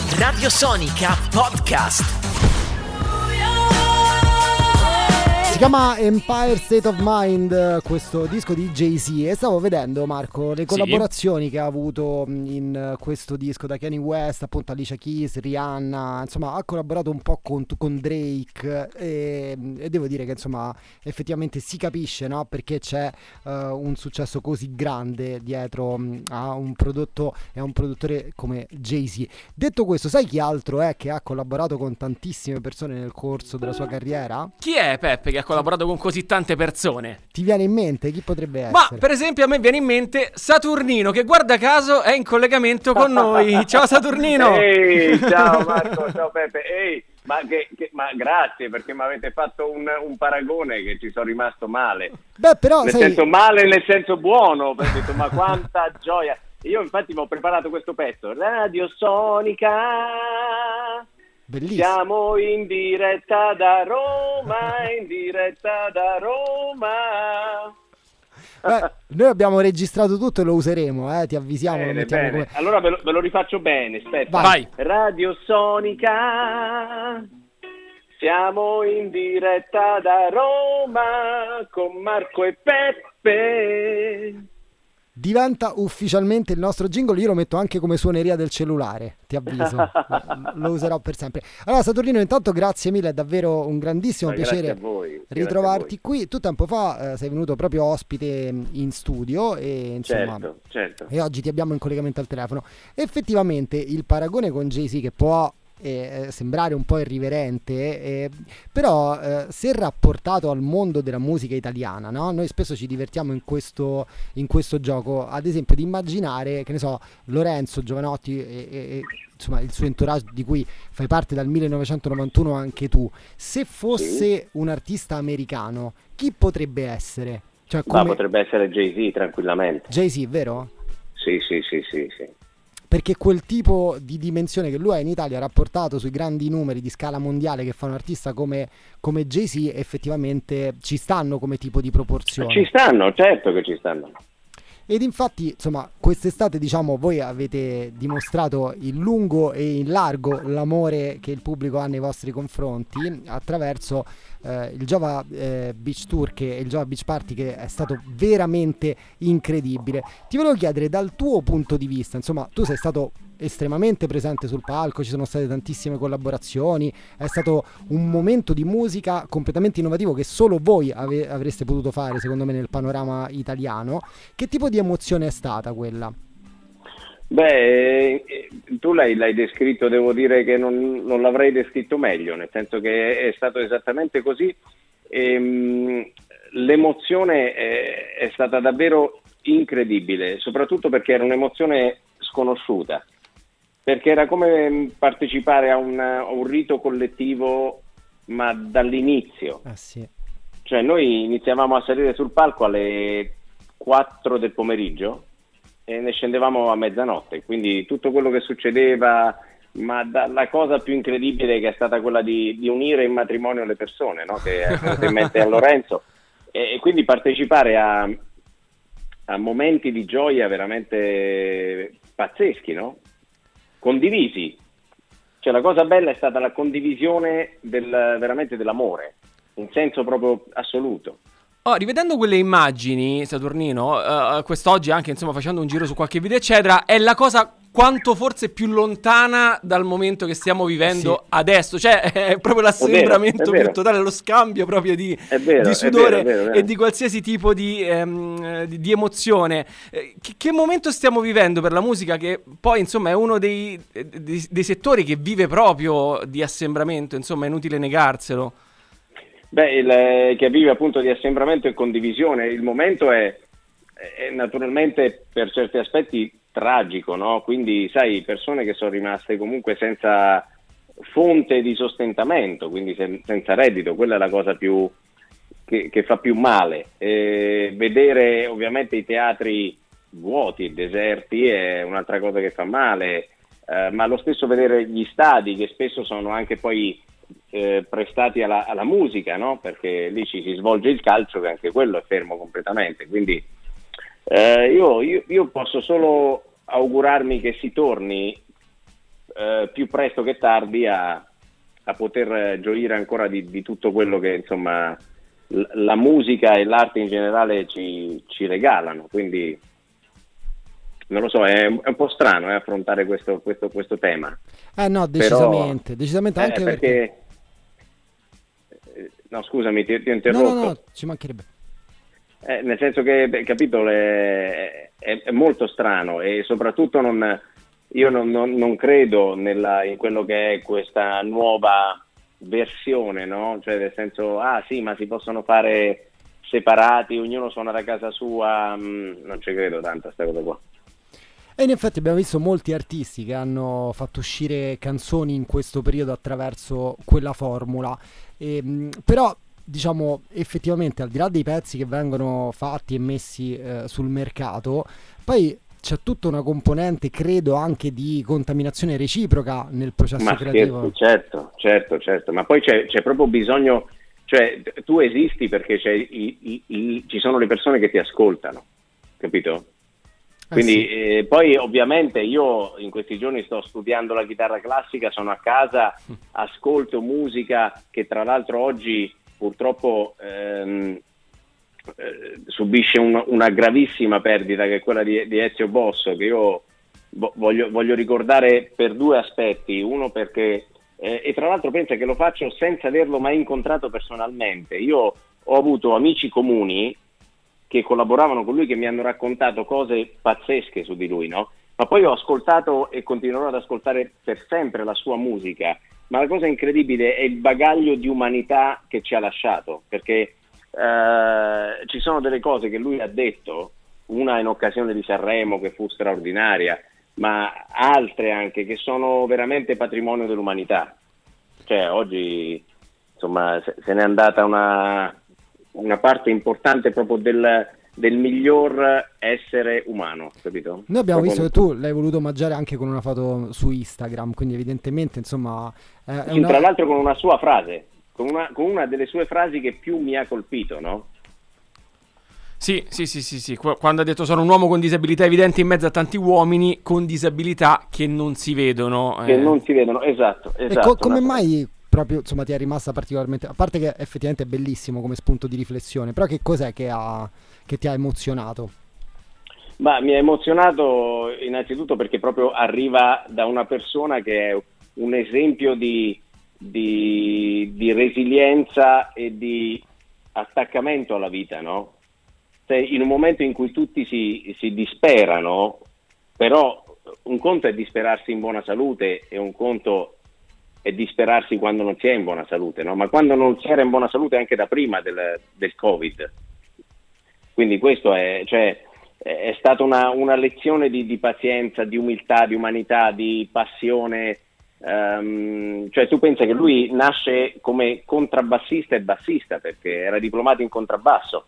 Radio Sonica Podcast. Si chiama Empire State of Mind, questo disco di Jay-Z, e stavo vedendo, Marco, le collaborazioni che ha avuto in questo disco, da Kanye West, appunto Alicia Keys, Rihanna, insomma ha collaborato un po' con Drake e devo dire che insomma effettivamente si capisce, no? Perché c'è un successo così grande dietro a un prodotto e a un produttore come Jay-Z. Detto questo, sai chi altro è che ha collaborato con tantissime persone nel corso della sua carriera? Chi è Peppe che ha collaborato con così tante persone? Ti viene in mente? Chi potrebbe essere? Ma per esempio a me viene in mente Saturnino, che guarda caso è in collegamento con noi. Ciao Saturnino. Ehi, ciao Marco, ciao Peppe. Ehi, ma grazie, perché mi avete fatto un paragone che ci sono rimasto male. Beh, però nel senso male, nel senso buono, perché ho detto ma quanta gioia. Io infatti mi ho preparato questo pezzo, Radio Sonica. Bellissimo. Siamo in diretta da Roma, Beh, noi abbiamo registrato tutto e lo useremo, ti avvisiamo. Bene, lo mettiamo bene. come... Allora ve lo rifaccio bene, aspetta. Vai. Radio Sonica, siamo in diretta da Roma con Marco e Peppe. Diventa ufficialmente il nostro jingle, io lo metto anche come suoneria del cellulare, ti avviso, lo userò per sempre. Allora Saturnino, intanto grazie mille, è davvero un grandissimo piacere ritrovarti qui. Tu tempo fa sei venuto proprio ospite in studio e insomma certo. E oggi ti abbiamo in collegamento al telefono. Effettivamente il paragone con Jay-Z, che può sembrare un po' irriverente, però se rapportato al mondo della musica italiana, no? Noi spesso ci divertiamo in questo gioco, ad esempio, di immaginare, che ne so, Lorenzo Giovanotti e insomma il suo entourage di cui fai parte dal 1991 anche tu, se fosse un artista americano, chi potrebbe essere? Cioè, Ma potrebbe essere Jay-Z tranquillamente. Jay-Z, vero? Sì. Perché quel tipo di dimensione che lui ha in Italia, rapportato sui grandi numeri di scala mondiale che fa un artista come Jay-Z, effettivamente ci stanno come tipo di proporzioni. Ci stanno, certo che ci stanno. Ed infatti, insomma, quest'estate, diciamo, voi avete dimostrato in lungo e in largo l'amore che il pubblico ha nei vostri confronti attraverso il Jova Beach Tour e il Jova Beach Party, che è stato veramente incredibile. Ti volevo chiedere, dal tuo punto di vista, insomma, tu sei stato estremamente presente sul palco, ci sono state tantissime collaborazioni, è stato un momento di musica completamente innovativo che solo voi avreste potuto fare, secondo me, nel panorama italiano. Che tipo di emozione è stata quella? Beh, tu l'hai descritto, devo dire che non l'avrei descritto meglio, nel senso che è stato esattamente così. L'emozione è stata davvero incredibile, soprattutto perché era un'emozione sconosciuta, perché era come partecipare a un rito collettivo, ma dall'inizio. Sì. Cioè noi iniziavamo a salire sul palco alle 4 del pomeriggio e ne scendevamo a mezzanotte, quindi tutto quello che succedeva, ma la cosa più incredibile che è stata quella di unire in matrimonio le persone, no? Che è venuto in mente a Lorenzo, e quindi partecipare a momenti di gioia veramente pazzeschi, no? Condivisi. Cioè la cosa bella è stata la condivisione veramente dell'amore, in senso proprio assoluto. Rivedendo quelle immagini, Saturnino, quest'oggi anche, insomma, facendo un giro su qualche video eccetera, è la cosa quanto forse più lontana dal momento che stiamo vivendo adesso, cioè è proprio l'assembramento più totale, lo scambio proprio di sudore, è vero. E di qualsiasi tipo di emozione. Che momento stiamo vivendo per la musica, che poi insomma è uno dei settori che vive proprio di assembramento, insomma è inutile negarselo. Beh, che vive appunto di assembramento e condivisione. Il momento è naturalmente per certi aspetti tragico, no? Quindi sai, persone che sono rimaste comunque senza fonte di sostentamento, quindi senza reddito, quella è la cosa più che fa più male. Vedere ovviamente i teatri vuoti, deserti, è un'altra cosa che fa male, ma lo stesso vedere gli stadi, che spesso sono anche poi prestati alla musica, no? Perché lì ci si svolge il calcio, che anche quello è fermo completamente. Quindi io posso solo augurarmi che si torni più presto che tardi a poter gioire ancora di tutto quello che insomma la musica e l'arte in generale ci regalano. Quindi non lo so, è un po' strano affrontare questo tema. No, decisamente, decisamente anche perché... No, scusami, ti ho interrotto. No, ci mancherebbe. Nel senso che, capito, è molto strano, e soprattutto io non credo in quello che è questa nuova versione, no? Cioè, nel senso, sì, ma si possono fare separati, ognuno suona da casa sua, non ci credo tanto a sta cosa qua. E in effetti abbiamo visto molti artisti che hanno fatto uscire canzoni in questo periodo attraverso quella formula, però diciamo effettivamente, al di là dei pezzi che vengono fatti e messi sul mercato, poi c'è tutta una componente, credo, anche di contaminazione reciproca nel processo creativo. Certo, ma poi c'è proprio bisogno, cioè tu esisti perché ci sono le persone che ti ascoltano, capito? Quindi sì. Poi ovviamente io in questi giorni sto studiando la chitarra classica, sono a casa, ascolto musica che tra l'altro oggi purtroppo subisce una gravissima perdita, che è quella di Ezio Bosso, che io voglio ricordare per due aspetti. Uno perché, e tra l'altro pensa che lo faccio senza averlo mai incontrato personalmente. Io ho avuto amici comuni che collaboravano con lui, che mi hanno raccontato cose pazzesche su di lui, no? Ma poi ho ascoltato e continuerò ad ascoltare per sempre la sua musica, ma la cosa incredibile è il bagaglio di umanità che ci ha lasciato, perché ci sono delle cose che lui ha detto, una in occasione di Sanremo che fu straordinaria, ma altre anche che sono veramente patrimonio dell'umanità. Cioè oggi insomma se n'è andata una parte importante proprio del miglior essere umano, capito? Noi abbiamo visto che tu l'hai voluto omaggiare anche con una foto su Instagram, quindi evidentemente insomma tra l'altro con una sua frase, con una delle sue frasi che più mi ha colpito, no? Sì. Quando ha detto sono un uomo con disabilità evidente in mezzo a tanti uomini con disabilità che non si vedono. Che non si vedono, esatto. E come mai proprio insomma ti è rimasta particolarmente, a parte che effettivamente è bellissimo come spunto di riflessione, però che cos'è che ti ha emozionato? Ma mi ha emozionato innanzitutto perché proprio arriva da una persona che è un esempio di resilienza e di attaccamento alla vita, no? In un momento in cui tutti si disperano, però un conto è disperarsi in buona salute e un conto è disperarsi quando non si è in buona salute, no? Ma quando non si era in buona salute anche da prima del Covid. Quindi questo è stata una lezione di pazienza, di umiltà, di umanità, di passione. Cioè tu pensa che lui nasce come contrabbassista e bassista perché era diplomato in contrabbasso.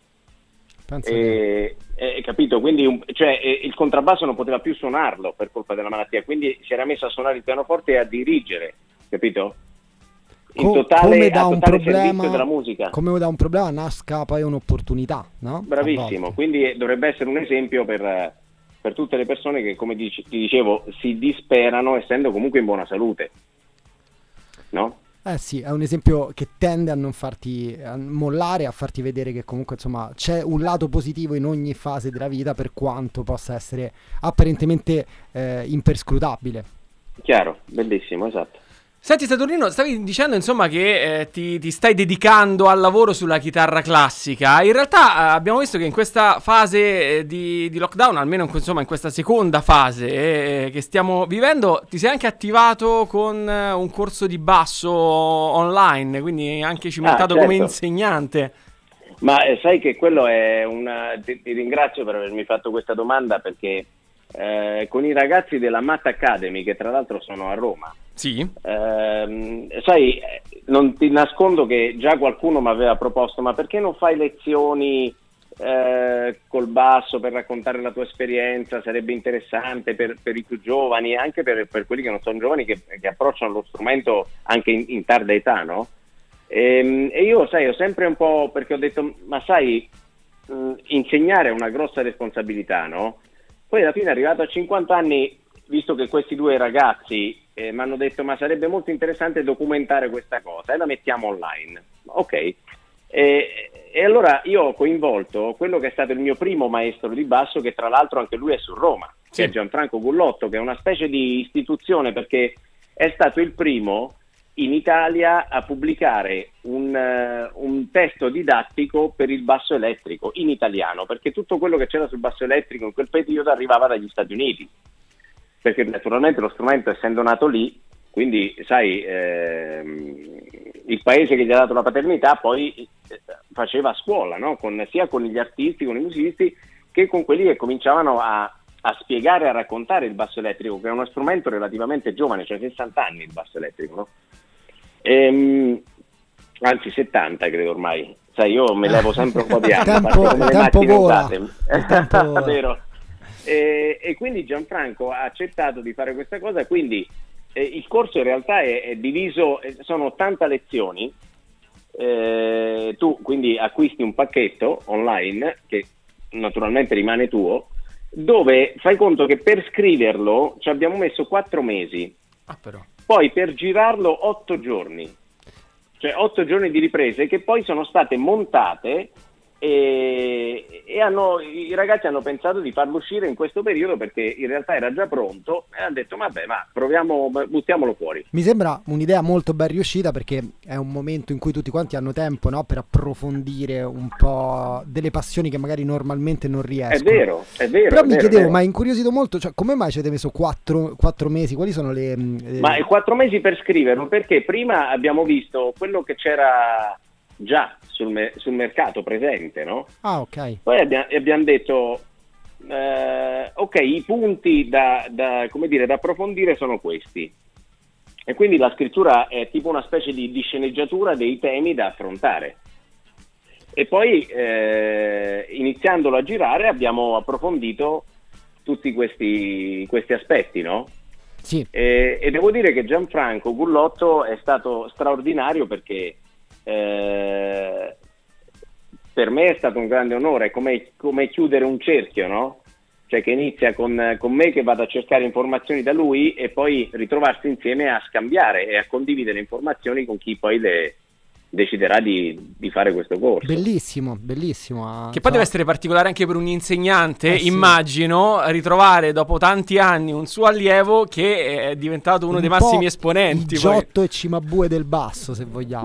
Capito? Quindi il contrabbasso non poteva più suonarlo per colpa della malattia, quindi si era messo a suonare il pianoforte e a dirigere, capito? In totale servizio della musica. Come da un problema nasca poi un'opportunità, no? Bravissimo, quindi dovrebbe essere un esempio per tutte le persone che, come ti dicevo, si disperano essendo comunque in buona salute, no? Sì, è un esempio che tende a non farti mollare, a farti vedere che comunque insomma c'è un lato positivo in ogni fase della vita, per quanto possa essere apparentemente imperscrutabile. Chiaro, bellissimo, esatto. Senti Saturnino, stavi dicendo insomma che ti stai dedicando al lavoro sulla chitarra classica. In realtà abbiamo visto che in questa fase di lockdown, almeno in questa seconda fase che stiamo vivendo, ti sei anche attivato con un corso di basso online, quindi anche cimentato come insegnante. Ma sai che quello è ti ringrazio per avermi fatto questa domanda, perché con i ragazzi della Math Academy, che tra l'altro sono a Roma, sì. Sai, non ti nascondo che già qualcuno mi aveva proposto: ma perché non fai lezioni col basso per raccontare la tua esperienza? Sarebbe interessante per i più giovani, anche per quelli che non sono giovani, che approcciano lo strumento anche in tarda età, no? E io, sai, ho sempre un po', perché ho detto, ma sai, insegnare è una grossa responsabilità, no? Poi alla fine, arrivato a 50 anni, visto che questi due ragazzi mi hanno detto ma sarebbe molto interessante documentare questa cosa e la mettiamo online. Ok. E allora io ho coinvolto quello che è stato il mio primo maestro di basso, che tra l'altro anche lui è su Roma, Sì. che è Gianfranco Gullotto, che è una specie di istituzione perché è stato il primo in Italia a pubblicare un testo didattico per il basso elettrico in italiano, perché tutto quello che c'era sul basso elettrico in quel periodo arrivava dagli Stati Uniti, perché naturalmente lo strumento essendo nato lì, quindi sai, il paese che gli ha dato la paternità poi faceva scuola, no? Sia con gli artisti, con i musicisti, che con quelli che cominciavano a spiegare, a raccontare il basso elettrico, che è uno strumento relativamente giovane, cioè 60 anni il basso elettrico, no? Anzi 70 credo ormai, sai, io me levo sempre un po' di anni, come le macchine usate. Vero. E quindi Gianfranco ha accettato di fare questa cosa, quindi il corso in realtà è diviso, sono 80 lezioni, tu quindi acquisti un pacchetto online che naturalmente rimane tuo, dove fai conto che per scriverlo ci abbiamo messo 4 mesi, Però. poi per girarlo 8 giorni, cioè 8 giorni di riprese che poi sono state montate e i ragazzi hanno pensato di farlo uscire in questo periodo perché in realtà era già pronto e hanno detto vabbè, ma proviamo, buttiamolo fuori. Mi sembra un'idea molto ben riuscita perché è un momento in cui tutti quanti hanno tempo, no, per approfondire un po' delle passioni che magari normalmente non riescono. È vero. Però mi chiedevo, vero. ma è incuriosito molto, cioè, come mai ci avete messo 4 mesi? Quali sono le... Ma 4 mesi per scriverlo, perché prima abbiamo visto quello che c'era già sul mercato presente, no? Ah, ok. Poi abbiamo detto ok, i punti da approfondire sono questi, e quindi la scrittura è tipo una specie di sceneggiatura dei temi da affrontare, e poi iniziandolo a girare abbiamo approfondito tutti questi aspetti, no? Sì. E devo dire che Gianfranco Gullotto è stato straordinario perché per me è stato un grande onore, come chiudere un cerchio, no? Cioè che inizia con me che vado a cercare informazioni da lui e poi ritrovarsi insieme a scambiare e a condividere informazioni con chi poi deciderà di fare questo corso. Bellissimo. Che poi deve essere particolare anche per un insegnante, sì. Immagino, ritrovare dopo tanti anni un suo allievo che è diventato uno dei massimi esponenti. Il Giotto e Cimabue del basso, se vogliamo.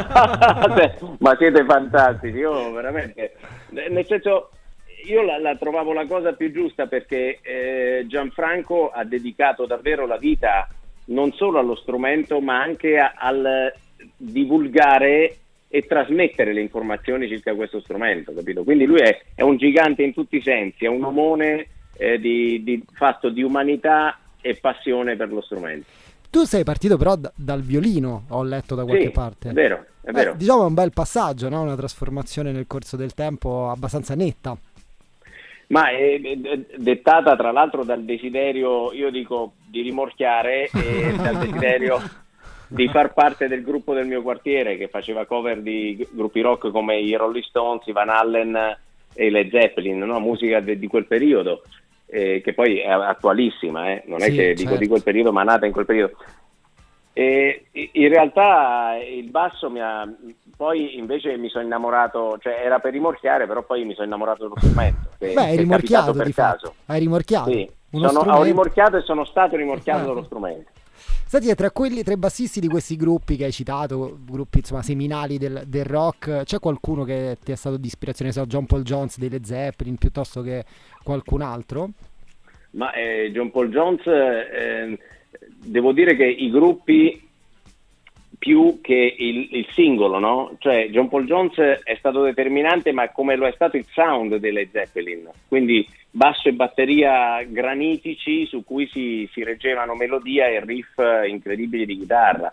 Ma siete fantastici, io veramente, nel senso, io la trovavo la cosa più giusta perché Gianfranco ha dedicato davvero la vita non solo allo strumento ma anche al divulgare e trasmettere le informazioni circa questo strumento, capito? Quindi lui è un gigante in tutti i sensi, è un omone fatto di umanità e passione per lo strumento. Tu sei partito però dal violino, ho letto da qualche parte. È vero. Diciamo è un bel passaggio, no? Una trasformazione nel corso del tempo abbastanza netta. Ma è dettata tra l'altro dal desiderio, io dico, di rimorchiare e dal desiderio di far parte del gruppo del mio quartiere che faceva cover di gruppi rock come i Rolling Stones, i Van Halen e i Led Zeppelin, no? Musica di quel periodo, che poi è attualissima, non è che dico di quel periodo, ma nata in quel periodo. E in realtà il basso poi invece mi sono innamorato, cioè era per rimorchiare, però poi mi sono innamorato dello strumento. Hai rimorchiato per caso. Hai rimorchiato? Sì, ho rimorchiato e sono stato rimorchiato dallo strumento. Senti, tra i bassisti di questi gruppi che hai citato, gruppi insomma seminali del rock, c'è qualcuno che ti è stato di ispirazione, John Paul Jones dei Led Zeppelin piuttosto che qualcun altro? Ma John Paul Jones, devo dire che i gruppi più che il singolo, no? Cioè John Paul Jones è stato determinante, ma come lo è stato il sound dei Led Zeppelin, quindi basso e batteria granitici su cui si reggevano melodia e riff incredibili di chitarra.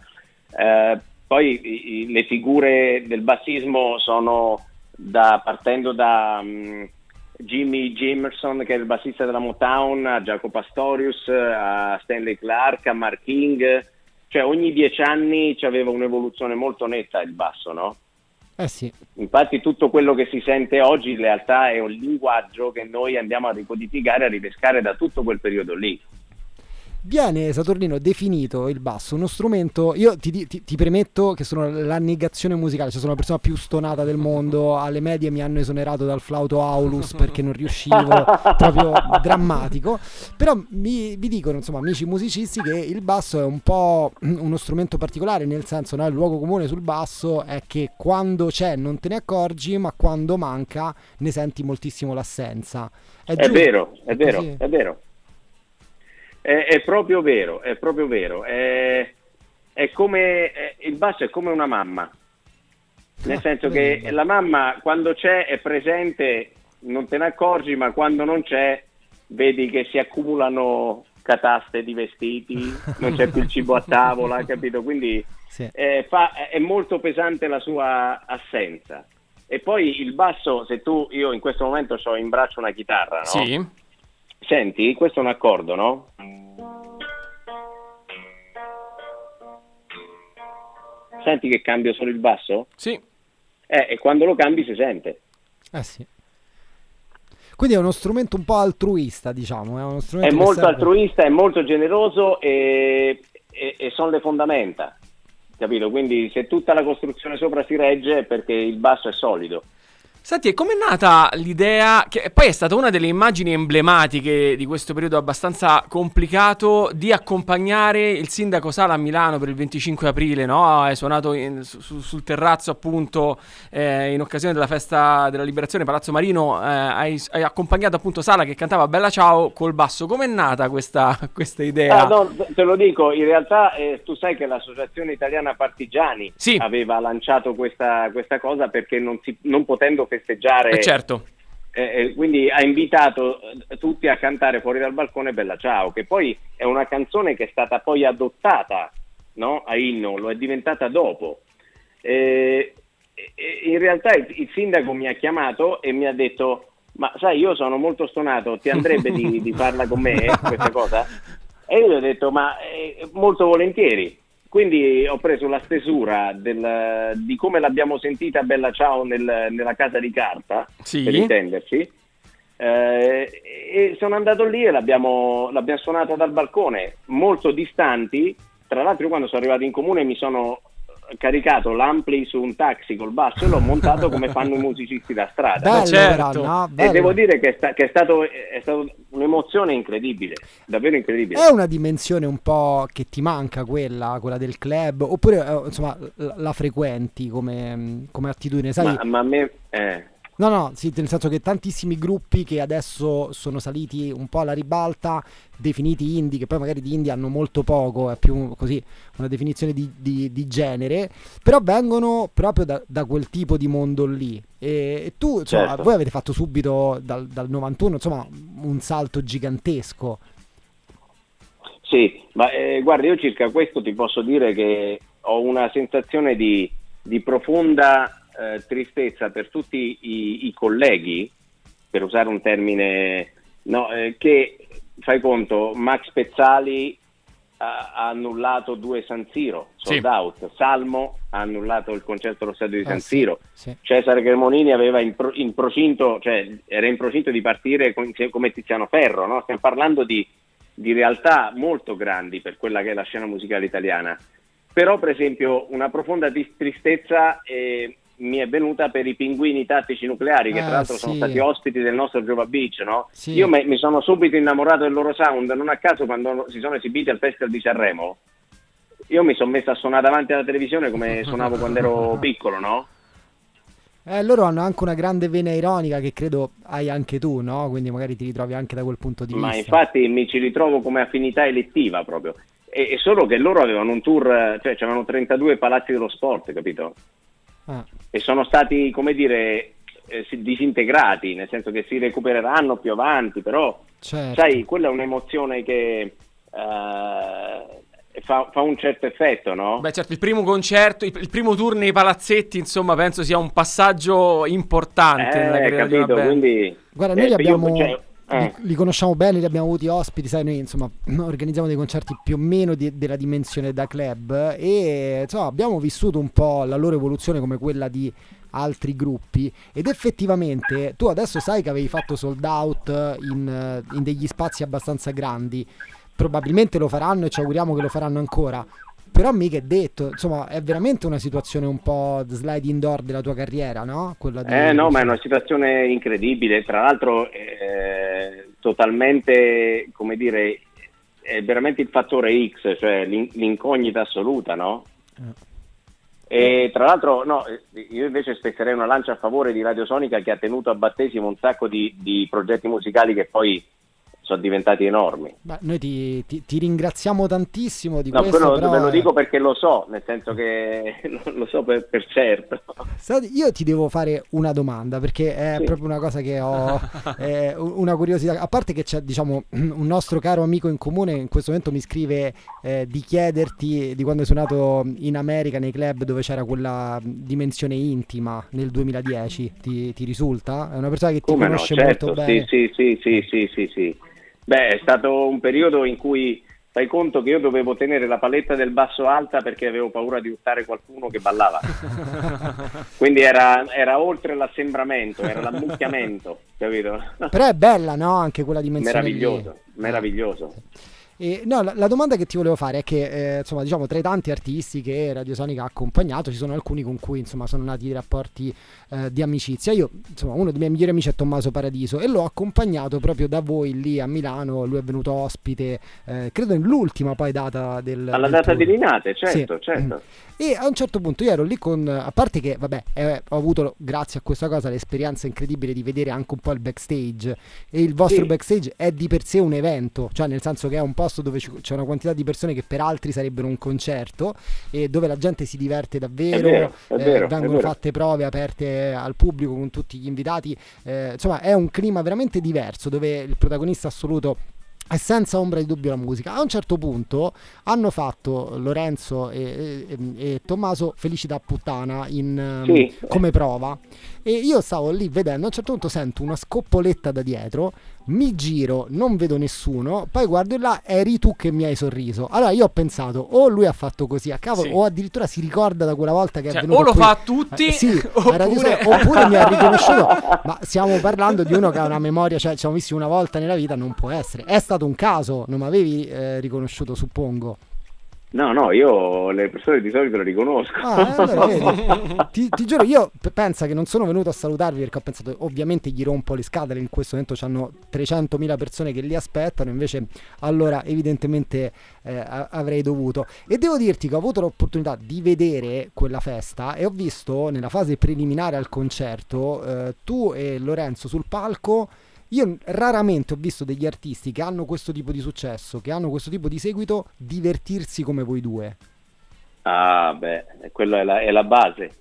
Poi le figure del bassismo sono partendo da Jimmy Jamerson, che è il bassista della Motown, a Jaco Pastorius, a Stanley Clarke, a Mark King. Cioè ogni 10 anni c'aveva un'evoluzione molto netta il basso, no? Sì. Infatti tutto quello che si sente oggi in realtà è un linguaggio che noi andiamo a ricodificare, a ripescare da tutto quel periodo lì. Viene, Saturnino, definito il basso uno strumento. Io ti premetto che sono la negazione musicale, cioè sono la persona più stonata del mondo. Alle medie mi hanno esonerato dal flauto Aulus perché non riuscivo, proprio drammatico. Però mi dicono, insomma, amici musicisti, che il basso è un po' uno strumento particolare, nel senso, no, il luogo comune sul basso è che quando c'è non te ne accorgi, ma quando manca ne senti moltissimo l'assenza. È vero, è così? vero, è vero. È proprio vero, è proprio vero. È come il basso è come una mamma, nel senso che la mamma quando c'è è presente, non te ne accorgi, ma quando non c'è vedi che si accumulano cataste di vestiti, non c'è più il cibo a tavola, capito? Quindi Sì. è molto pesante la sua assenza. E poi il basso, io in questo momento ho in braccio una chitarra, no? Sì. Senti, questo è un accordo, no? Senti che cambio solo il basso? Sì. E quando lo cambi si sente. Sì. Quindi è uno strumento un po' altruista, diciamo. È uno strumento È che molto serve... altruista, è molto generoso e sono le fondamenta, capito? Quindi se tutta la costruzione sopra si regge è perché il basso è solido. Senti, e com'è nata l'idea, che poi è stata una delle immagini emblematiche di questo periodo abbastanza complicato, di accompagnare il sindaco Sala a Milano per il 25 aprile, no? Hai suonato sul terrazzo, appunto, in occasione della festa della liberazione, Palazzo Marino, hai accompagnato appunto Sala che cantava Bella Ciao col basso. Com'è nata questa idea? No, te lo dico, in realtà tu sai che l'Associazione Italiana Partigiani Sì. aveva lanciato questa cosa perché non potendo festeggiare, Certo. Quindi ha invitato tutti a cantare fuori dal balcone Bella Ciao, che poi è una canzone che è stata poi adottata, no? A inno, lo è diventata dopo. In realtà il sindaco mi ha chiamato e mi ha detto: ma sai, io sono molto stonato, ti andrebbe di farla con me questa cosa? E io gli ho detto: ma molto volentieri. Quindi ho preso la stesura di come l'abbiamo sentita Bella Ciao nella casa di carta, Sì. per intenderci, e sono andato lì e l'abbiamo suonata dal balcone, molto distanti. Tra l'altro, quando sono arrivato in comune mi sono caricato l'ampli su un taxi col basso e l'ho montato come fanno i musicisti da strada. Bello, certo. però, no? E Bello. devo dire che è stato un'emozione incredibile, davvero incredibile. È una dimensione un po' che ti manca, quella del club, oppure insomma la frequenti come attitudine, sai? Ma a me No, sì, nel senso che tantissimi gruppi che adesso sono saliti un po' alla ribalta, definiti indie, che poi magari di indie hanno molto poco, è più così una definizione di genere, però vengono proprio da quel tipo di mondo lì. E tu, insomma, certo. Voi avete fatto subito dal 91, insomma, un salto gigantesco. Sì, ma guarda, io circa questo ti posso dire che ho una sensazione di profonda tristezza per tutti i colleghi, per usare un termine, no, che, fai conto, Max Pezzali ha annullato 2 San Siro, sold out. Salmo ha annullato il concerto allo stadio di San Siro. Sì. Cesare Cremonini aveva in procinto, cioè era in procinto di partire come Tiziano Ferro, no? Stiamo parlando di realtà molto grandi per quella che è la scena musicale italiana. Però, per esempio, una profonda tristezza mi è venuta per i Pinguini Tattici Nucleari, che tra l'altro sono stati ospiti del nostro Giova Beach, no? Sì. Io mi sono subito innamorato del loro sound, non a caso quando si sono esibiti al Festival di Sanremo io mi sono messo a suonare davanti alla televisione come suonavo quando ero piccolo, no? Loro hanno anche una grande vena ironica che credo hai anche tu, no? Quindi magari ti ritrovi anche da quel punto di vista. Ma infatti mi ci ritrovo come affinità elettiva proprio, e solo che loro avevano un tour, cioè c'erano 32 palazzi dello sport, capito? E sono stati, come dire, disintegrati, nel senso che si recupereranno più avanti, però certo. Sai, quella è un'emozione che fa un certo effetto, no? Beh, certo, il primo concerto, il primo tour nei palazzetti, insomma, penso sia un passaggio importante nella carriera di una capito, band. Quindi Guarda, noi li abbiamo Cioè, li conosciamo bene, li abbiamo avuti ospiti, sai, noi insomma organizziamo dei concerti più o meno della dimensione da club e insomma abbiamo vissuto un po' la loro evoluzione come quella di altri gruppi, ed effettivamente tu adesso sai che avevi fatto sold out in degli spazi abbastanza grandi, probabilmente lo faranno e ci auguriamo che lo faranno ancora. Però mica è detto, insomma, è veramente una situazione un po' sliding door della tua carriera, no? Quella no, ma è una situazione incredibile, tra l'altro totalmente, come dire, è veramente il fattore X, cioè l'incognita assoluta, no? E tra l'altro, no, io invece spezierei una lancia a favore di Radiosonica, che ha tenuto a battesimo un sacco di progetti musicali che poi sono diventati enormi. Beh, noi ti ringraziamo tantissimo di no, questo. Ve lo dico perché lo so, nel senso che lo so per certo. Io ti devo fare una domanda, perché è proprio una cosa che ho una curiosità, a parte che c'è, diciamo, un nostro caro amico in comune in questo momento mi scrive di chiederti di quando hai suonato in America nei club dove c'era quella dimensione intima nel 2010, ti risulta? È una persona che ti conosce molto bene. Sì. Beh, è stato un periodo in cui fai conto che io dovevo tenere la paletta del basso alta perché avevo paura di urtare qualcuno che ballava. Quindi era oltre l'assembramento, era l'ammucchiamento, capito? Però è bella, no? Anche quella dimensione meraviglioso. No, la domanda che ti volevo fare è che insomma, diciamo, tra i tanti artisti che Radiosonica ha accompagnato ci sono alcuni con cui insomma sono nati dei rapporti di amicizia. Io, insomma, uno dei miei migliori amici è Tommaso Paradiso e l'ho accompagnato proprio da voi lì a Milano. Lui è venuto ospite credo nell'ultima poi data alla data di Linate, certo. E a un certo punto io ero lì a parte che vabbè ho avuto grazie a questa cosa l'esperienza incredibile di vedere anche un po' il backstage, e il vostro backstage è di per sé un evento, cioè nel senso che è un posto dove c'è una quantità di persone che per altri sarebbero un concerto e dove la gente si diverte davvero, vengono fatte prove aperte al pubblico con tutti gli invitati, insomma è un clima veramente diverso dove il protagonista assoluto è senza ombra di dubbio la musica. A un certo punto hanno fatto Lorenzo e Tommaso Felicità Puttana come prova, e io stavo lì vedendo, a un certo punto sento una scoppoletta da dietro, mi giro, non vedo nessuno, poi guardo in là, eri tu che mi hai sorriso. Allora io ho pensato, o lui ha fatto così a cavolo, o addirittura si ricorda da quella volta che è venuto o lo qui. fa a tutti, oppure mi ha riconosciuto. Ma stiamo parlando di uno che ha una memoria, cioè ci siamo visti una volta nella vita, non può essere. È stato un caso, non mi avevi riconosciuto, suppongo. No, io le persone di solito le riconosco. Allora, vedi. Ti giuro, io penso che non sono venuto a salutarvi perché ho pensato ovviamente gli rompo le scatole, in questo momento c'hanno 300.000 persone che li aspettano, invece allora evidentemente avrei dovuto. E devo dirti che ho avuto l'opportunità di vedere quella festa e ho visto nella fase preliminare al concerto tu e Lorenzo sul palco. Io raramente ho visto degli artisti che hanno questo tipo di successo, che hanno questo tipo di seguito, divertirsi come voi due. Quella è la base.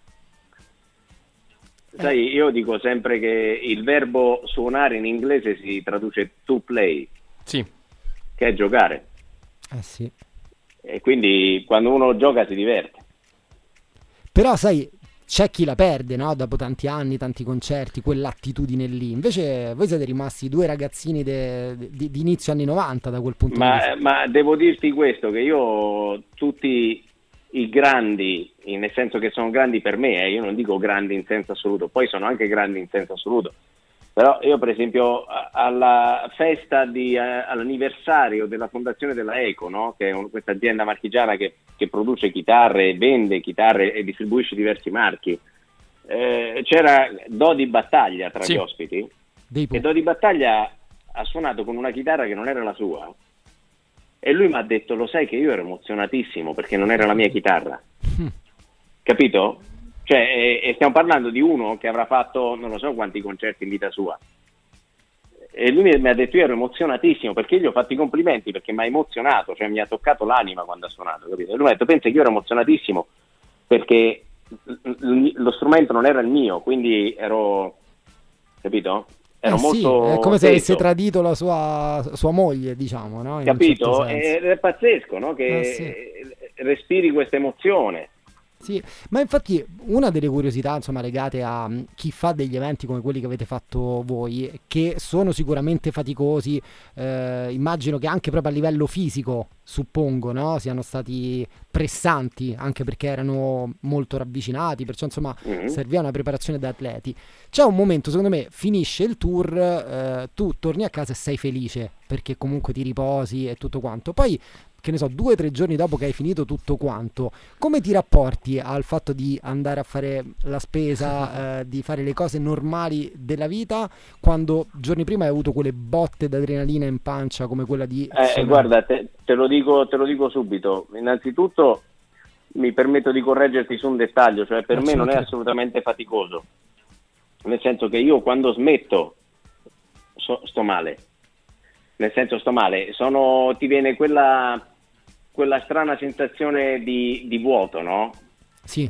Sai, io dico sempre che il verbo suonare in inglese si traduce to play, sì, che è giocare. Sì. E quindi quando uno gioca si diverte. Però sai, c'è chi la perde, no? Dopo tanti anni, tanti concerti, quell'attitudine lì. Invece voi siete rimasti due ragazzini di inizio anni 90 da quel punto di vista. Ma devo dirti questo, che io tutti i grandi, nel senso che sono grandi per me, io non dico grandi in senso assoluto, poi sono anche grandi in senso assoluto. Però io per esempio alla festa all'anniversario della fondazione della Eco, no? Che è questa azienda marchigiana che produce chitarre, vende chitarre e distribuisce diversi marchi, c'era Dodi Battaglia tra gli ospiti, e Dodi Battaglia ha suonato con una chitarra che non era la sua e lui mi ha detto: lo sai che io ero emozionatissimo perché non era la mia chitarra. Capito? Cioè, stiamo parlando di uno che avrà fatto non lo so quanti concerti in vita sua, e lui mi ha detto: io ero emozionatissimo perché gli ho fatto i complimenti perché mi ha emozionato, cioè mi ha toccato l'anima quando ha suonato, capito? E lui mi ha detto: pensa che io ero emozionatissimo perché lo strumento non era il mio, quindi ero, capito? Ero molto è come se avesse tradito la sua moglie, diciamo, no? Capito? Ed è pazzesco, no? Che respiri questa emozione. Sì, ma infatti una delle curiosità, insomma, legate a chi fa degli eventi come quelli che avete fatto voi, che sono sicuramente faticosi, immagino che anche proprio a livello fisico, suppongo, no? Siano stati pressanti, anche perché erano molto ravvicinati, perciò insomma serviva una preparazione da atleti. C'è un momento, secondo me, finisce il tour, tu torni a casa e sei felice, perché comunque ti riposi e tutto quanto. Poi, che ne so, 2 o 3 giorni dopo che hai finito tutto quanto, come ti rapporti al fatto di andare a fare la spesa, di fare le cose normali della vita, quando giorni prima hai avuto quelle botte d'adrenalina in pancia come quella di... Guarda, te lo dico subito. Innanzitutto mi permetto di correggerti su un dettaglio, cioè per me non è assolutamente faticoso, nel senso che io quando smetto sto male, nel senso sto male, ti viene quella strana sensazione di vuoto, no? Sì.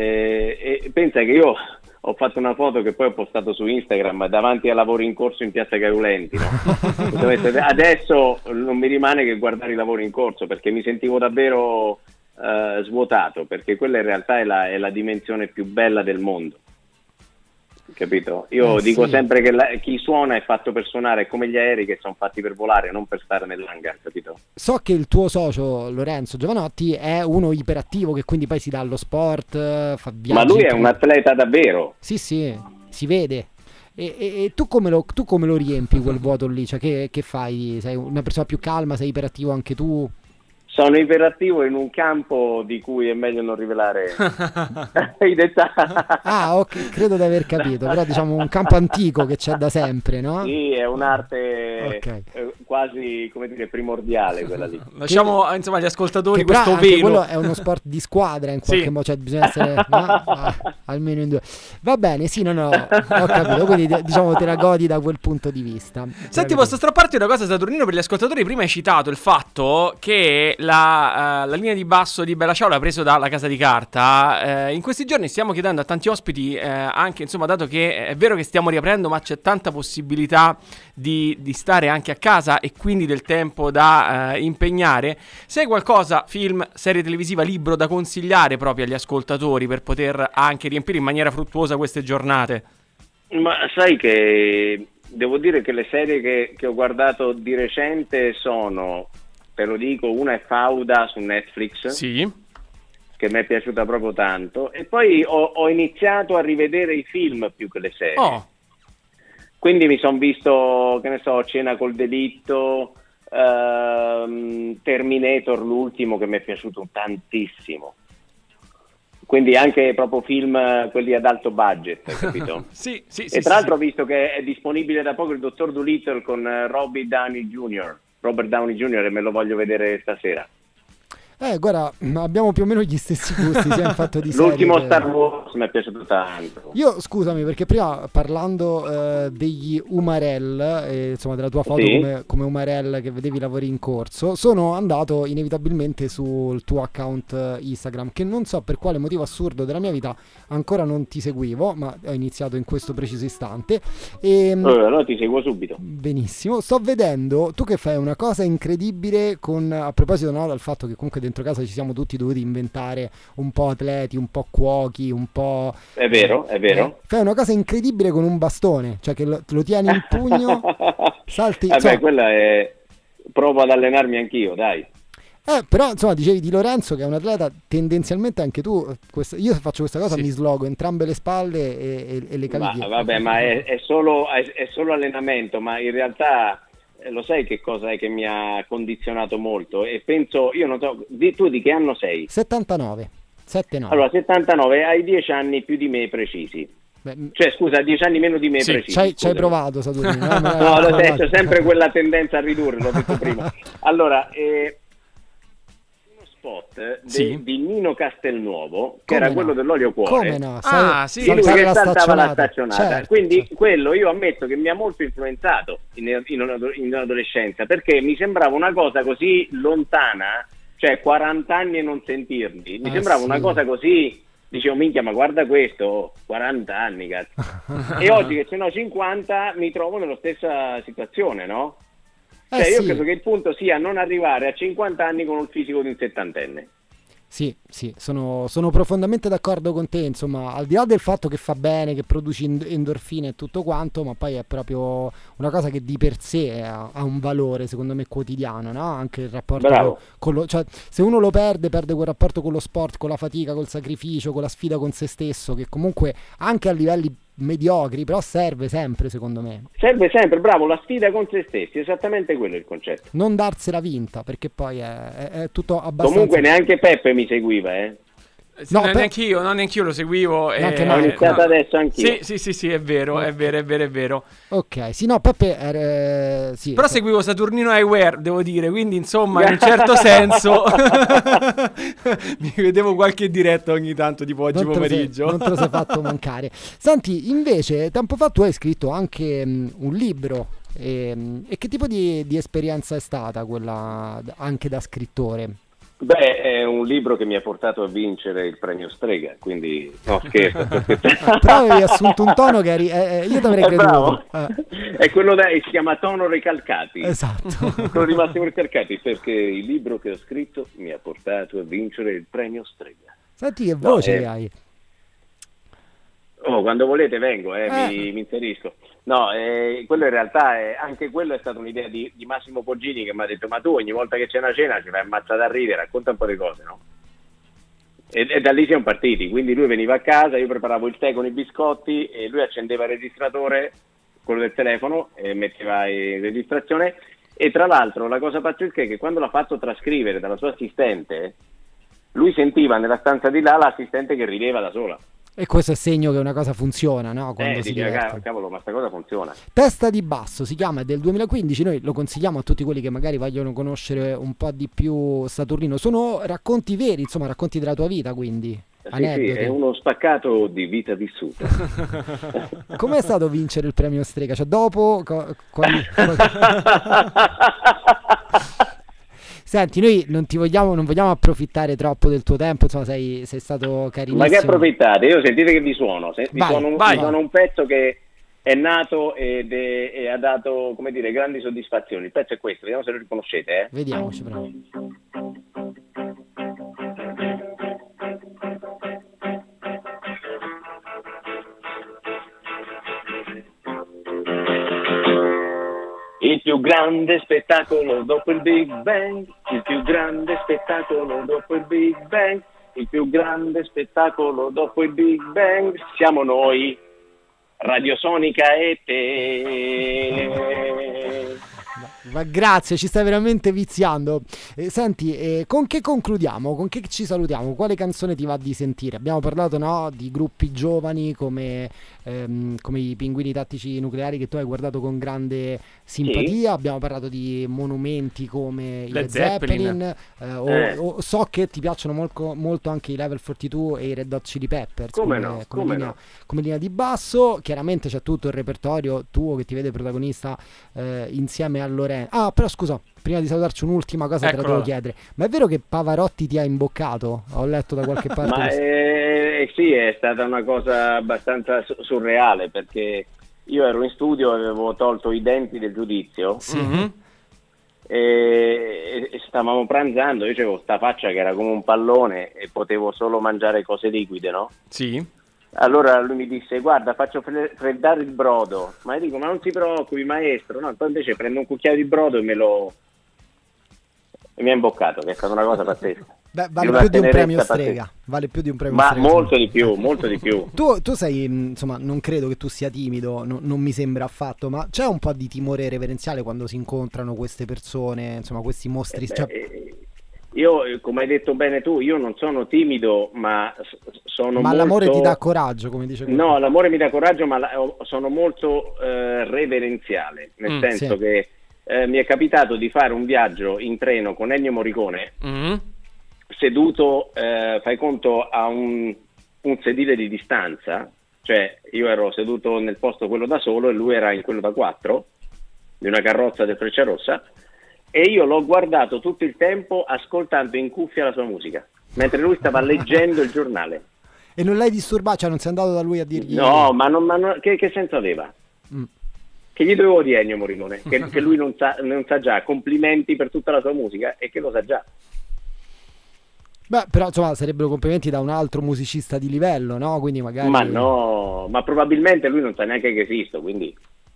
E pensa che io ho fatto una foto che poi ho postato su Instagram davanti a lavori in corso in Piazza Gaeulenti, no? Adesso non mi rimane che guardare i lavori in corso, perché mi sentivo davvero svuotato, perché quella in realtà è la dimensione più bella del mondo. Capito? Io dico sempre che chi suona è fatto per suonare, è come gli aerei che sono fatti per volare, non per stare nell'hangar, capito? So che il tuo socio Lorenzo Giovanotti è uno iperattivo, che quindi poi si dà allo sport, fa viaggi. Ma lui è un atleta davvero. Sì, si vede. E tu come lo riempi quel vuoto lì? Cioè che fai? Sei una persona più calma, sei iperattivo anche tu? Sono iperattivo in un campo di cui è meglio non rivelare i dettagli. Ah, ok, credo di aver capito, però diciamo un campo antico che c'è da sempre, no? Sì, è un'arte quasi, come dire, primordiale quella lì. Lasciamo insomma agli ascoltatori questo anche velo. Quello è uno sport di squadra in qualche modo, cioè bisogna essere almeno in 2. Va bene, sì, no, ho capito, quindi diciamo te la godi da quel punto di vista. Senti, posso strapparti una cosa, Saturnino, per gli ascoltatori. Prima hai citato il fatto che la linea di basso di Bella Ciao l'ha preso dalla Casa di Carta. In questi giorni stiamo chiedendo a tanti ospiti, anche insomma, dato che è vero che stiamo riaprendo, ma c'è tanta possibilità di stare anche a casa e quindi del tempo da impegnare, se hai qualcosa, film, serie televisiva, libro da consigliare proprio agli ascoltatori per poter anche riempire in maniera fruttuosa queste giornate. Ma sai che devo dire che le serie che ho guardato di recente sono, te lo dico, una è Fauda su Netflix, sì, che mi è piaciuta proprio tanto, e poi ho iniziato a rivedere i film più che le serie. Quindi mi sono visto, che ne so, Cena col delitto, Terminator l'ultimo, che mi è piaciuto tantissimo. Quindi anche proprio film quelli ad alto budget, capito? Sì, e tra l'altro ho visto che è disponibile da poco il Dottor Dolittle con Robert Downey Jr. e me lo voglio vedere stasera. Guarda, abbiamo più o meno gli stessi gusti, sia in fatto di L'ultimo serie Star Wars mi è piaciuto tanto. Io, scusami, perché prima parlando degli Umarell, insomma della tua foto come Umarell che vedevi lavori in corso, sono andato inevitabilmente sul tuo account Instagram, che non so per quale motivo assurdo della mia vita ancora non ti seguivo, ma ho iniziato in questo preciso istante. No, ti seguo subito. Benissimo, sto vedendo tu che fai una cosa incredibile a proposito, no, dal fatto che comunque dentro casa ci siamo tutti dovuti inventare un po' atleti, un po' cuochi, un po'... È vero. Fai una cosa incredibile con un bastone, cioè che lo tieni in pugno, salti... quella è... Provo ad allenarmi anch'io, dai. Però insomma dicevi di Lorenzo che è un atleta, tendenzialmente anche tu, io faccio questa cosa, mi slogo entrambe le spalle e le caviglie. Ma è solo allenamento, ma in realtà... Lo sai che cosa è che mi ha condizionato molto? E penso, io non so, tu di che anno sei? 79. Allora, 79, hai 10 anni più di me precisi. Cioè, scusa, 10 anni meno di me precisi. Ci hai provato, Saturnino? No, lo sai, c'è sempre quella tendenza a ridurre, l'ho detto prima. Allora, uno spot di Nino Castelnuovo, che era quello dell'olio cuore. Come no? Lui che saltava la staccionata. Certo, quindi quello io ammetto che mi ha molto influenzato in adolescenza, perché mi sembrava una cosa così lontana, cioè 40 anni e non sentirli, mi sembrava una cosa così, dicevo minchia, ma guarda questo, 40 anni cazzo. E oggi che ce n'ho 50 mi trovo nella stessa situazione, no? Cioè io credo che il punto sia non arrivare a 50 anni con il fisico di un settantenne. Sì, sono profondamente d'accordo con te, insomma, al di là del fatto che fa bene, che produci endorfine e tutto quanto, ma poi è proprio una cosa che di per sé ha un valore, secondo me, quotidiano, no? Anche il rapporto cioè, se uno lo perde quel rapporto con lo sport, con la fatica, col sacrificio, con la sfida con se stesso, che comunque anche a livelli mediocri, però serve sempre, secondo me. Serve sempre, bravo, la sfida con se stessi, esattamente quello è il concetto. Non darsela vinta, perché poi è tutto abbastanza... Comunque neanche Peppe mi seguiva, No, neanche io lo seguivo. Ho iniziato adesso anch'io. Sì, è vero. Ok, sì, no, Peppe sì, però seguivo Saturnino Eyewear, devo dire, quindi insomma, in un certo senso mi vedevo qualche diretta ogni tanto, tipo oggi pomeriggio. Non te lo sei fatto mancare. Senti, invece, tempo fa tu hai scritto anche un libro. E che tipo di esperienza è stata quella anche da scrittore? Beh, è un libro che mi ha portato a vincere il premio Strega, quindi no, scherzo. Però avevi assunto un tono che io ti avrei creduto. È quello si chiama Tono Recalcati. Esatto. Sono rimasti recalcati perché il libro che ho scritto mi ha portato a vincere il premio Strega. Senti che voce hai. Quando volete vengo, mi inserisco. No, quello in realtà anche quello è stata un'idea di Massimo Poggini, che mi ha detto: ma tu ogni volta che c'è una cena ci fai ammazzare a ridere, racconta un po' di cose, no? E da lì siamo partiti, quindi lui veniva a casa, io preparavo il tè con i biscotti e lui accendeva il registratore, quello del telefono, e metteva in registrazione. E tra l'altro la cosa pazzesca è che quando l'ha fatto trascrivere dalla sua assistente, lui sentiva nella stanza di là l'assistente che rideva da sola. E questo è segno che una cosa funziona, no? Quando si diverte. Cavolo, ma sta cosa funziona. Testa di basso si chiama, è del 2015, noi lo consigliamo a tutti quelli che magari vogliono conoscere un po' di più Saturnino. Sono racconti veri, insomma, racconti della tua vita, quindi. Sì, è uno spaccato di vita vissuta. Com'è stato vincere il premio Strega? Cioè dopo... Senti, noi non vogliamo approfittare troppo del tuo tempo, insomma sei stato carinissimo. Ma che approfittate? Io sentite che vi suono, vi suono un pezzo che è nato e ha dato, come dire, grandi soddisfazioni. Il pezzo è questo, vediamo se lo riconoscete. Vediamoci, bravo. Il più grande spettacolo dopo il Big Bang, il più grande spettacolo dopo il Big Bang, il più grande spettacolo dopo il Big Bang, siamo noi, Radiosonica e te. Ma grazie, ci stai veramente viziando. Senti, con che concludiamo? Con che ci salutiamo? Quale canzone ti va di sentire? Abbiamo parlato, no, di gruppi giovani come i Pinguini Tattici Nucleari, che tu hai guardato con grande simpatia. Sì. Abbiamo parlato di monumenti come i Led Zeppelin. So che ti piacciono molto anche i Level 42 e i Red Hot Chili Peppers come linea di basso. Chiaramente c'è tutto il repertorio tuo che ti vede protagonista insieme a Lorenzo. Però scusa, prima di salutarci un'ultima cosa te la devo chiedere. Ma è vero che Pavarotti ti ha imboccato? Ho letto da qualche parte. Ma sì, è stata una cosa abbastanza surreale, perché io ero in studio, avevo tolto i denti del giudizio. Sì. E stavamo pranzando, io avevo sta faccia che era come un pallone e potevo solo mangiare cose liquide, no? Sì. Allora lui mi disse: guarda, faccio freddare il brodo. Ma io dico: ma non ti preoccupi, maestro. No, poi invece prendo un cucchiaio di brodo e mi ha imboccato, che è stata una cosa pazzesca. Beh, vale più di un premio Strega. Vale più di un premio Strega. Ma molto di più. Tu sei, insomma, non credo che tu sia timido, non mi sembra affatto, ma c'è un po' di timore reverenziale quando si incontrano queste persone, insomma, questi mostri. Io, come hai detto bene tu, io non sono timido, ma sono Ma l'amore ti dà coraggio, come dice quello. No, l'amore mi dà coraggio, ma sono molto reverenziale, nel senso che mi è capitato di fare un viaggio in treno con Ennio Morricone, seduto, fai conto, a un sedile di distanza, cioè io ero seduto nel posto quello da solo e lui era in quello da 4, di una carrozza del Frecciarossa, e io l'ho guardato tutto il tempo ascoltando in cuffia la sua musica, mentre lui stava leggendo il giornale. E non l'hai disturbato? Cioè non sei andato da lui a dirgli... No, ma che senso aveva? Che gli dovevo dire Ennio Morricone? Che lui non sa già, complimenti per tutta la sua musica, e che lo sa già. Beh, però insomma sarebbero complimenti da un altro musicista di livello, no? Quindi magari... Ma no, ma probabilmente lui non sa neanche che esisto, quindi...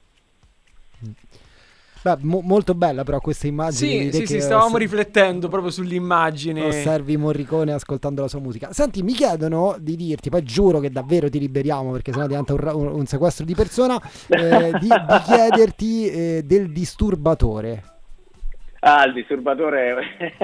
Beh, molto bella però questa immagine. Sì, stavamo riflettendo proprio sull'immagine. Osservi Morricone ascoltando la sua musica. Senti, mi chiedono di dirti, poi giuro che davvero ti liberiamo perché sennò diventa un sequestro di persona, di chiederti del disturbatore. Ah, il disturbatore...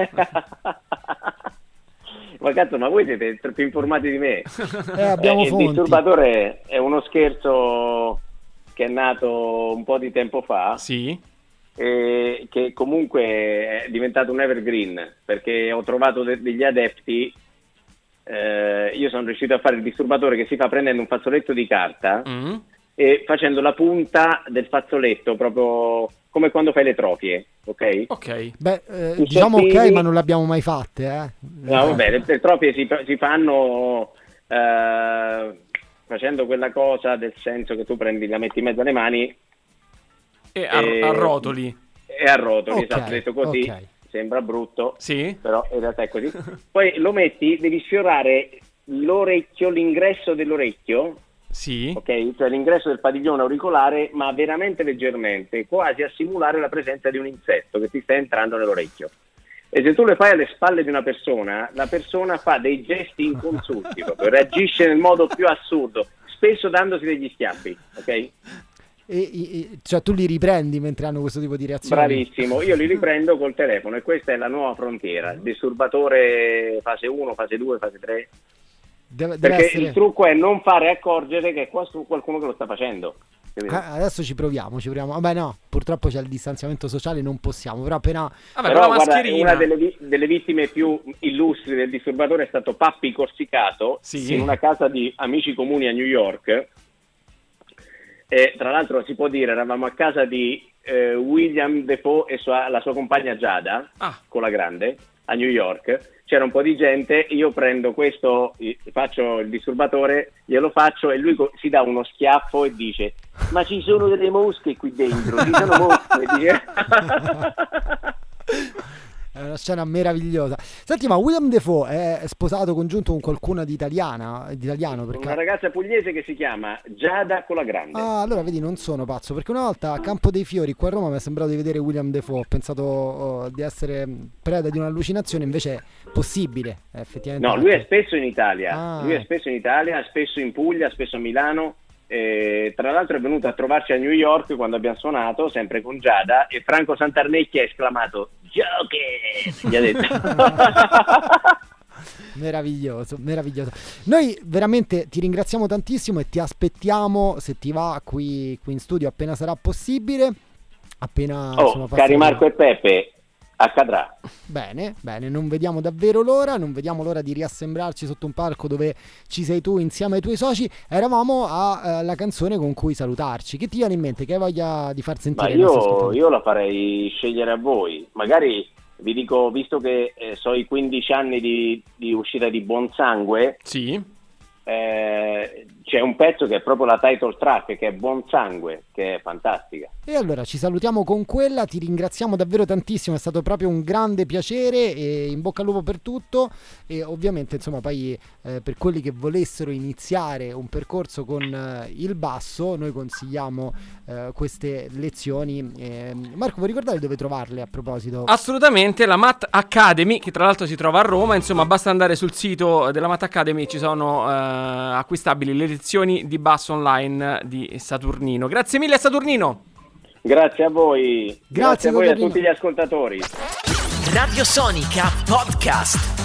Ma cazzo, ma voi siete più informati di me. Abbiamo fonti. Il disturbatore è uno scherzo che è nato un po' di tempo fa. Sì. Che comunque è diventato un evergreen, perché ho trovato degli adepti. Io sono riuscito a fare il disturbatore che si fa prendendo un fazzoletto di carta e facendo la punta del fazzoletto, proprio come quando fai le trofie, ok? Ok. Beh, diciamo ok, ma non l'abbiamo mai fatte, No, vabbè, le trofie si fanno facendo quella cosa del senso che tu prendi, la metti in mezzo alle mani e arrotoli. E arrotoli, Okay, esatto, detto così. ok. Sembra brutto, Sì. però in realtà è così. Poi lo metti, devi sfiorare l'orecchio, l'ingresso dell'orecchio, Sì. ok? Cioè l'ingresso del padiglione auricolare, ma veramente leggermente, quasi a simulare la presenza di un insetto che ti sta entrando nell'orecchio. E se tu le fai alle spalle di una persona, la persona fa dei gesti inconsulti, proprio, reagisce nel modo più assurdo, spesso dandosi degli schiaffi, ok? Cioè tu li riprendi mentre hanno questo tipo di reazioni? Bravissimo, io li riprendo col telefono e questa è la nuova frontiera, il disturbatore fase 1, fase 2, fase 3. Perché essere... il trucco è non fare accorgere che è qualcuno che lo sta facendo. Adesso ci proviamo. Vabbè no, purtroppo c'è il distanziamento sociale, non possiamo, però appena... Vabbè, però la mascherina. guarda, una delle vittime più illustri del disturbatore è stato Pappi Corsicato, Sì. in una casa di amici comuni a New York. E tra l'altro si può dire, eravamo a casa di William Defoe e la sua compagna Giada, con la grande, a New York. C'era un po' di gente, io prendo questo, faccio il disturbatore, glielo faccio e lui si dà uno schiaffo e dice: ma ci sono delle mosche qui dentro, ci sono mosche. Dice... È una scena meravigliosa. Senti, ma William Defoe è sposato congiunto con qualcuna di italiano? Perché... Una ragazza pugliese che si chiama Giada con la grande. Ah, allora vedi, non sono pazzo, perché una volta a Campo dei Fiori qua a Roma mi è sembrato di vedere William Defoe, ho pensato di essere preda di un'allucinazione, invece è possibile, effettivamente. No, lui è spesso in Italia, spesso in Puglia, spesso a Milano. Tra l'altro è venuto a trovarci a New York quando abbiamo suonato, sempre con Giada, e Franco Santarnecchia ha esclamato Joker, gli ha detto. Meraviglioso. Noi veramente ti ringraziamo tantissimo e ti aspettiamo, se ti va, qui in studio appena sarà possibile. Cari Marco e Peppe, accadrà. Bene, non vediamo davvero l'ora, di riassemblarci sotto un palco dove ci sei tu insieme ai tuoi soci. Eravamo alla canzone con cui salutarci. Che ti viene in mente? Che hai voglia di far sentire? Ma io la farei scegliere a voi. Magari vi dico, visto che so i 15 anni di uscita di Buon Sangue, sì. C'è un pezzo che è proprio la title track, che è Buon Sangue, che è fantastica. E allora ci salutiamo con quella, ti ringraziamo davvero tantissimo, è stato proprio un grande piacere e in bocca al lupo per tutto. E ovviamente insomma poi per quelli che volessero iniziare un percorso con il basso, noi consigliamo queste lezioni. Marco, vuoi ricordare dove trovarle a proposito? Assolutamente, la Math Academy, che tra l'altro si trova a Roma, insomma basta andare sul sito della Math Academy, ci sono acquistabili le lezioni di basso online di Saturnino. Grazie mille Saturnino. Grazie a voi. Grazie a voi e a tutti gli ascoltatori. Radio Sonica Podcast.